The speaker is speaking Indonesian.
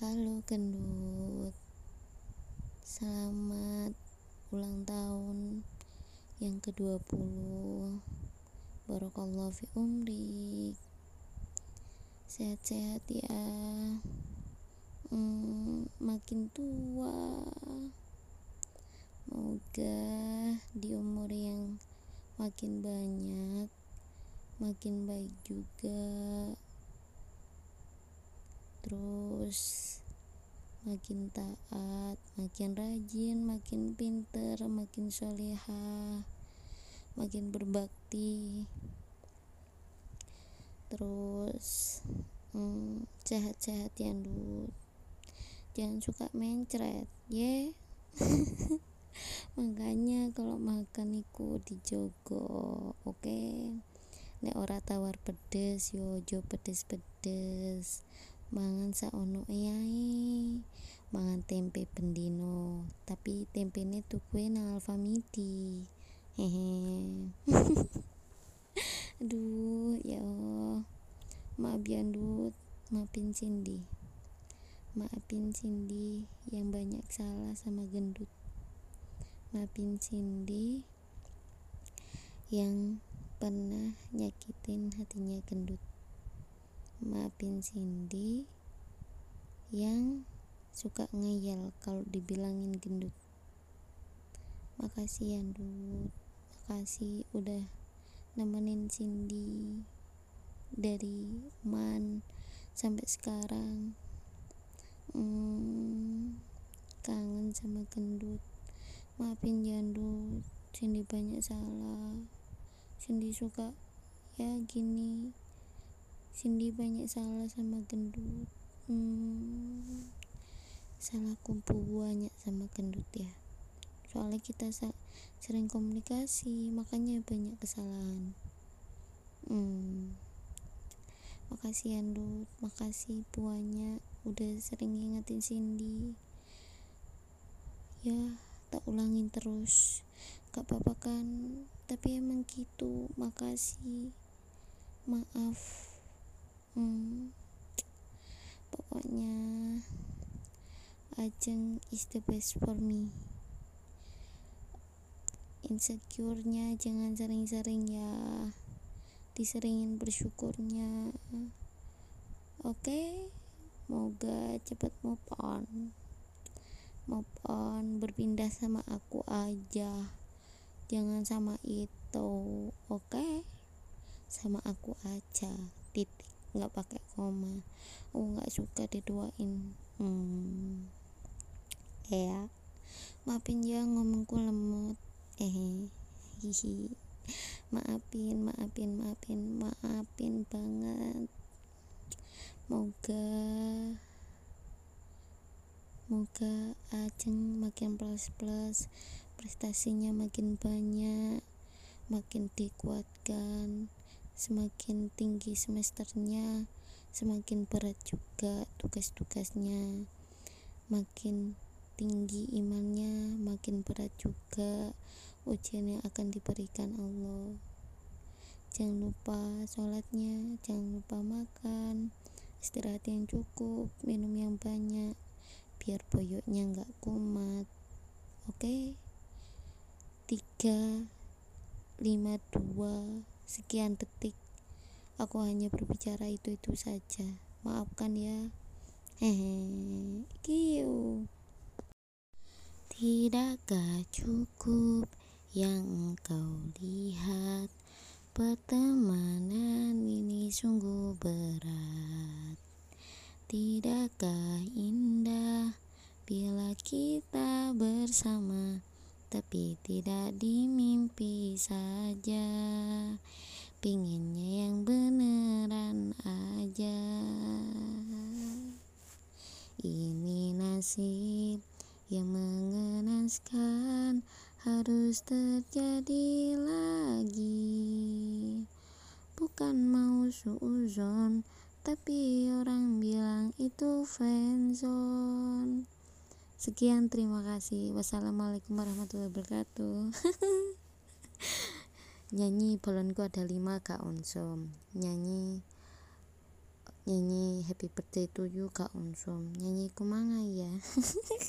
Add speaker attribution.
Speaker 1: Halo gendut, selamat ulang tahun yang ke-20. Barakallahu fi umrik. Sehat-sehat ya. Makin tua, semoga di umur yang makin banyak makin baik juga, terus makin taat, makin rajin, makin pinter, makin solehah, makin berbakti, terus sehat-sehat ya Ndut, jangan suka mencret ya. Makanya kalau makan iku dijogo, oke? Nek ora tawar pedes yo ojo pedes-pedes, mangan saono ae. Mangan tempe bendino, tapi tempene tukuin nang Alfamidi. Hehe. Aduh ya Allah. Maaf ya Ndut, maafin Cindy yang banyak salah sama gendut. Maafin Cindy yang pernah nyakitin hatinya gendut. Maafin Cindy yang suka ngeyel kalau dibilangin gendut. Makasih ya Ndut, makasih udah nemenin Cindy dari man sampai sekarang. Kangen sama gendut. Maafin ya Ndut, Cindy banyak salah. Cindy suka ya gini. Cindy banyak salah sama gendut. Salahku banyak sama gendut ya. Soalnya kita sering komunikasi, makanya banyak kesalahan. Makasih ya Ndut, makasih banyak udah sering ngingetin Cindy. Ya, tak ulangin terus. Gak apa-apa kan? Tapi emang gitu. Makasih. Maaf. Pokoknya Ajeng is the best for me. Insecure-nya jangan sering-sering ya. Diseringin bersyukurnya. Oke? Moga cepet move on, berpindah sama aku aja, jangan sama itu, oke? Sama aku aja, titik, nggak pakai koma. Aku nggak suka diduain. Ya, maafin ya ngomongku lemot. Hihi. Maafin banget. Moga Ajeng makin plus, prestasinya makin banyak, makin dikuatkan, semakin tinggi semesternya, semakin berat juga tugas-tugasnya, makin tinggi imannya, makin berat juga ujian yang akan diberikan Allah. Jangan lupa sholatnya, jangan lupa makan, istirahat yang cukup, minum yang banyak, biar boyoknya nggak kumat. Oke? 3, 5, 2 sekian detik aku hanya berbicara itu saja. Maafkan ya. Kiu. Tidakkah cukup yang engkau lihat? Pertemanan ini sungguh berat. Tidakkah indah bila kita bersama, tapi tidak di mimpi saja. Pinginnya yang beneran aja. Ini nasib yang mengenaskan, harus terjadi lagi. Bukan mau suuzon, tapi orang bilang itu friendzone. Sekian, terima kasih. Wassalamualaikum warahmatullahi wabarakatuh. Nyanyi balonku ada 5 gak onsum. Nyanyi nyanyi happy birthday to you Kak Unsum, nyanyi kumanga ya.